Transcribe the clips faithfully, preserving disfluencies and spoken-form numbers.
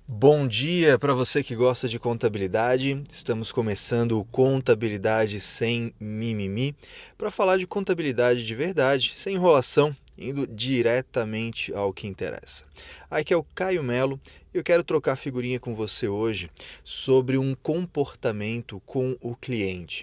Bom dia para você que gosta de contabilidade. Estamos começando o Contabilidade Sem Mimimi para falar de contabilidade de verdade, sem enrolação, indo diretamente ao que interessa. Aqui é o Caio Melo e eu quero trocar figurinha com você hoje sobre um comportamento com o cliente.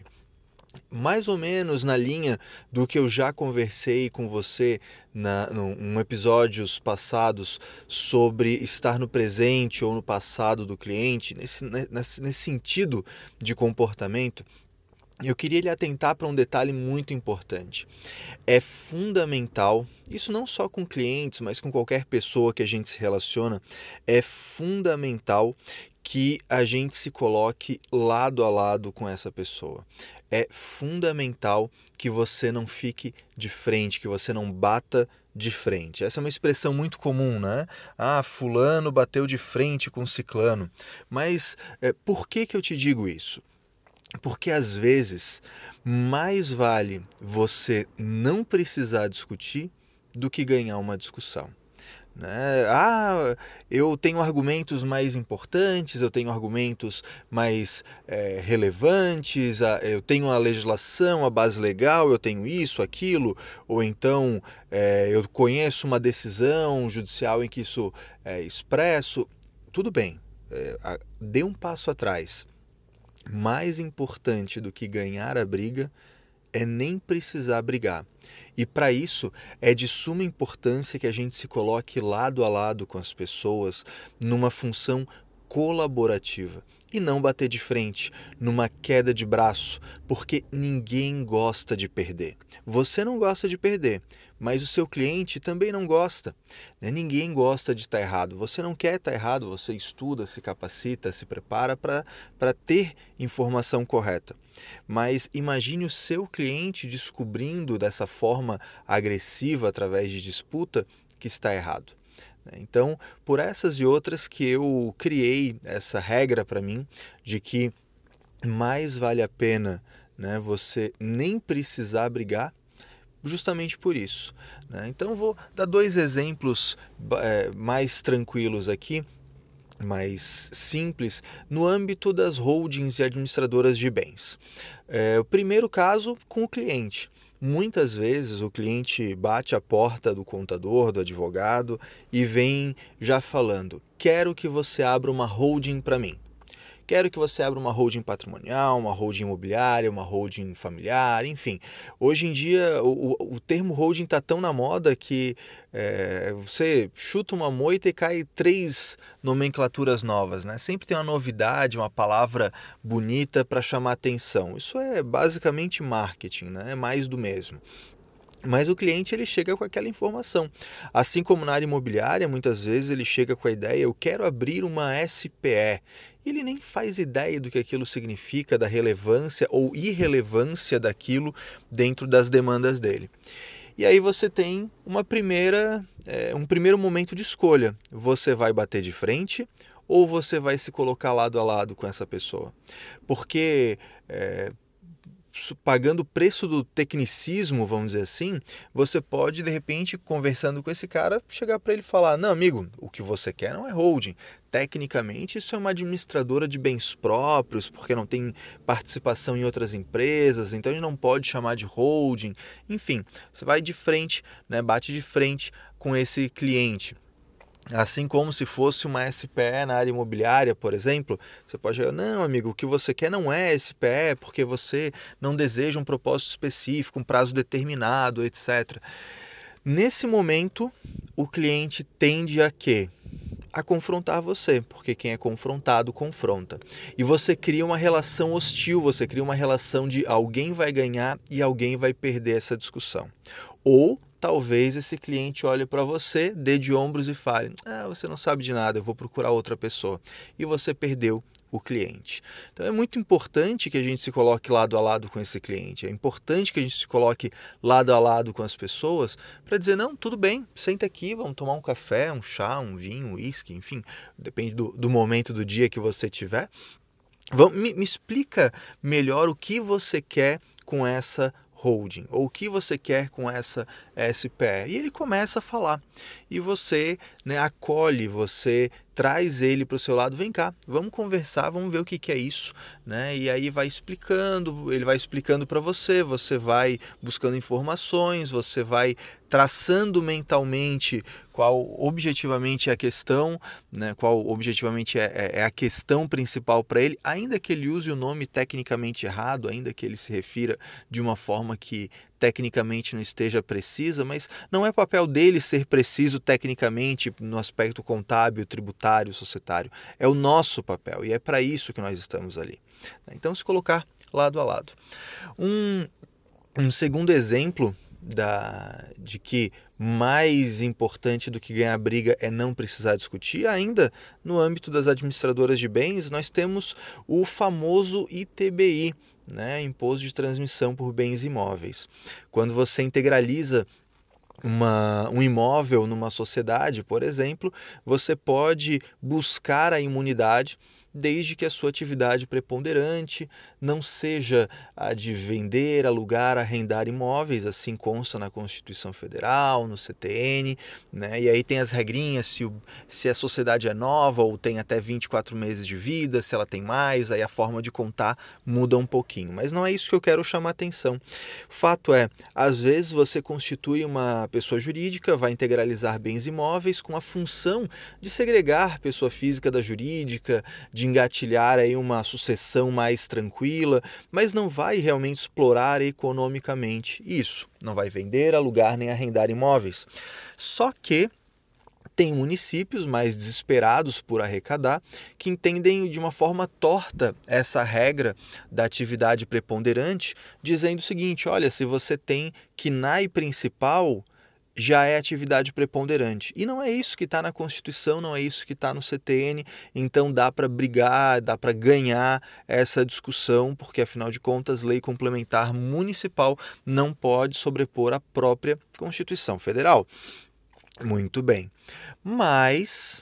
Mais ou menos na linha do que eu já conversei com você na, em episódios passados sobre estar no presente ou no passado do cliente, nesse, nesse, nesse sentido de comportamento. Eu queria lhe atentar para um detalhe muito importante. É fundamental, isso não só com clientes, mas com qualquer pessoa que a gente se relaciona, é fundamental que a gente se coloque lado a lado com essa pessoa. É fundamental que você não fique de frente, que você não bata de frente. Essa é uma expressão muito comum, né? Ah, fulano bateu de frente com ciclano. Mas é, por que que eu te digo isso? Porque às vezes mais vale você não precisar discutir do que ganhar uma discussão. Né? Ah, eu tenho argumentos mais importantes, eu tenho argumentos mais é, relevantes, eu tenho a legislação, a base legal, eu tenho isso, aquilo, ou então é, eu conheço uma decisão judicial em que isso é expresso. Tudo bem, é, dê um passo atrás. Mais importante do que ganhar a briga é nem precisar brigar. E para isso é de suma importância que a gente se coloque lado a lado com as pessoas numa função colaborativa e não bater de frente, numa queda de braço, porque ninguém gosta de perder. Você não gosta de perder, mas o seu cliente também não gosta. Né? Ninguém gosta de estar errado. Você não quer estar errado, você estuda, se capacita, se prepara para ter informação correta. Mas imagine o seu cliente descobrindo dessa forma agressiva, através de disputa, que está errado. Então, por essas e outras que eu criei essa regra para mim, de que mais vale a pena, né, você nem precisar brigar, justamente por isso. Né? Então, vou dar dois exemplos é, mais tranquilos aqui, mais simples, no âmbito das holdings e administradoras de bens. É, o primeiro caso, com o cliente. Muitas vezes o cliente bate a porta do contador, do advogado e vem já falando: quero que você abra uma holding para mim. Quero que você abra uma holding patrimonial, uma holding imobiliária, uma holding familiar, enfim. Hoje em dia o, o termo holding está tão na moda que é, você chuta uma moita e cai três nomenclaturas novas, né? Sempre tem uma novidade, uma palavra bonita para chamar atenção. Isso é basicamente marketing, né? É mais do mesmo. Mas o cliente ele chega com aquela informação. Assim como na área imobiliária, muitas vezes ele chega com a ideia: eu quero abrir uma S P E. Ele nem faz ideia do que aquilo significa, da relevância ou irrelevância daquilo dentro das demandas dele. E aí você tem uma primeira, é, um primeiro momento de escolha. Você vai bater de frente ou você vai se colocar lado a lado com essa pessoa? Porque é, pagando o preço do tecnicismo, vamos dizer assim, você pode, de repente, conversando com esse cara, chegar para ele e falar: não, amigo, o que você quer não é holding. Tecnicamente, isso é uma administradora de bens próprios, porque não tem participação em outras empresas, então a gente não pode chamar de holding. Enfim, você vai de frente, né, bate de frente com esse cliente. Assim como se fosse uma S P E na área imobiliária, por exemplo, você pode dizer: não, amigo, o que você quer não é S P E, porque você não deseja um propósito específico, um prazo determinado, etcétera. Nesse momento, o cliente tende a quê? A confrontar você, porque quem é confrontado, confronta. E você cria uma relação hostil, você cria uma relação de alguém vai ganhar e alguém vai perder essa discussão. Ou talvez esse cliente olhe para você, dê de ombros e fale: ah, você não sabe de nada, eu vou procurar outra pessoa. E você perdeu o cliente. Então é muito importante que a gente se coloque lado a lado com esse cliente. É importante que a gente se coloque lado a lado com as pessoas para dizer: não, tudo bem, senta aqui, vamos tomar um café, um chá, um vinho, um uísque, enfim, depende do, do momento do dia que você tiver. Vamos, me, me explica melhor o que você quer com essa holding, ou o que você quer com essa S P E. E ele começa a falar. E você, né, acolhe, você traz ele para o seu lado, vem cá, vamos conversar, vamos ver o que, que é isso, né? E aí vai explicando, ele vai explicando para você, você vai buscando informações, você vai traçando mentalmente qual objetivamente é a questão, né? Qual objetivamente é, é a questão principal para ele, ainda que ele use o nome tecnicamente errado, ainda que ele se refira de uma forma que tecnicamente não esteja precisa, mas não é papel dele ser preciso tecnicamente no aspecto contábil, tributário, societário. É o nosso papel e é para isso que nós estamos ali. Então, se colocar lado a lado. Um, um segundo exemplo da, de que mais importante do que ganhar briga é não precisar discutir, ainda no âmbito das administradoras de bens, nós temos o famoso I T B I, né? Imposto de Transmissão por Bens Imóveis. Quando você integraliza Uma, um imóvel numa sociedade, por exemplo, você pode buscar a imunidade desde que a sua atividade preponderante não seja a de vender, alugar, arrendar imóveis, assim consta na Constituição Federal, no C T N, né? E aí tem as regrinhas, se, o, se a sociedade é nova ou tem até vinte e quatro meses de vida, se ela tem mais, aí a forma de contar muda um pouquinho. Mas não é isso que eu quero chamar atenção. Fato é, às vezes você constitui uma pessoa jurídica, vai integralizar bens imóveis com a função de segregar pessoa física da jurídica, de engatilhar aí uma sucessão mais tranquila, mas não vai realmente explorar economicamente isso. Não vai vender, alugar nem arrendar imóveis. Só que tem municípios mais desesperados por arrecadar que entendem de uma forma torta essa regra da atividade preponderante, dizendo o seguinte: olha, se você tem K N A I principal, já é atividade preponderante. E não é isso que está na Constituição, não é isso que está no C T N, então dá para brigar, dá para ganhar essa discussão, porque afinal de contas, lei complementar municipal não pode sobrepor a própria Constituição Federal. Muito bem. Mas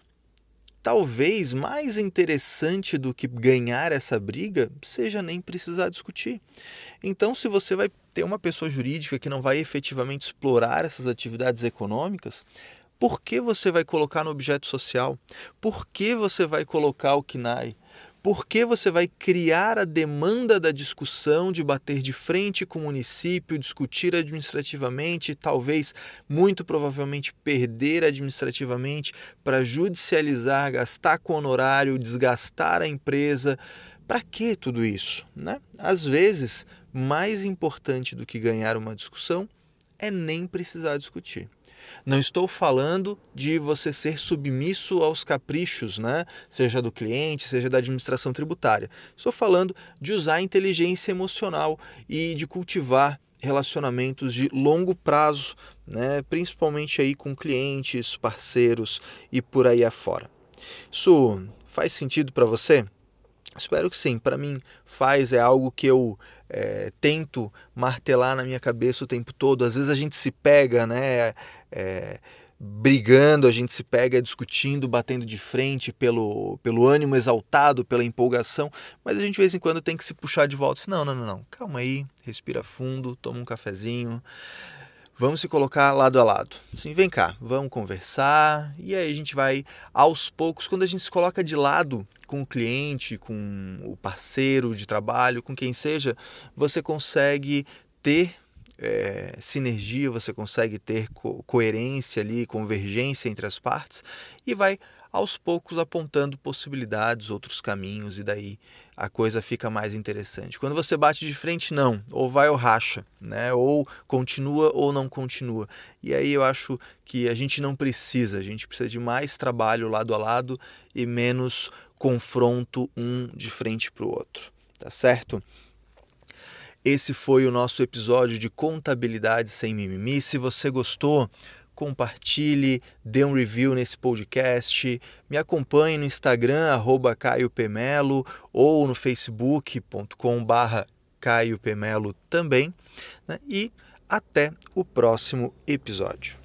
talvez mais interessante do que ganhar essa briga seja nem precisar discutir. Então, se você vai ter uma pessoa jurídica que não vai efetivamente explorar essas atividades econômicas, por que você vai colocar no objeto social? Por que você vai colocar o K N A I? Por que você vai criar a demanda da discussão, de bater de frente com o município, discutir administrativamente e talvez, muito provavelmente, perder administrativamente para judicializar, gastar com honorário, desgastar a empresa? Para que tudo isso, né? Às vezes, mais importante do que ganhar uma discussão é nem precisar discutir. Não estou falando de você ser submisso aos caprichos, né? Seja do cliente, seja da administração tributária. Estou falando de usar a inteligência emocional e de cultivar relacionamentos de longo prazo, né? Principalmente aí com clientes, parceiros e por aí afora. Isso faz sentido para você? Espero que sim, para mim faz, é algo que eu é, tento martelar na minha cabeça o tempo todo. Às vezes a gente se pega, né, é, brigando, a gente se pega discutindo, batendo de frente pelo, pelo ânimo exaltado, pela empolgação, mas a gente de vez em quando tem que se puxar de volta. Não, não, não, não, calma aí, respira fundo, toma um cafezinho. Vamos se colocar lado a lado. Assim, vem cá, vamos conversar. E aí a gente vai, aos poucos, quando a gente se coloca de lado com o cliente, com o parceiro de trabalho, com quem seja, você consegue ter é, sinergia, você consegue ter co- coerência ali, convergência entre as partes e vai aos poucos apontando possibilidades, outros caminhos, e daí a coisa fica mais interessante. Quando você bate de frente, não, ou vai ou racha, né? Ou continua ou não continua. E aí eu acho que a gente não precisa, a gente precisa de mais trabalho lado a lado e menos confronto um de frente para o outro, tá certo? Esse foi o nosso episódio de Contabilidade Sem Mimimi. Se você gostou, compartilhe, dê um review nesse podcast, me acompanhe no Instagram, arroba Caio Pemelo, ou no facebook ponto com barra Caio Pemelo também, né? E até o próximo episódio.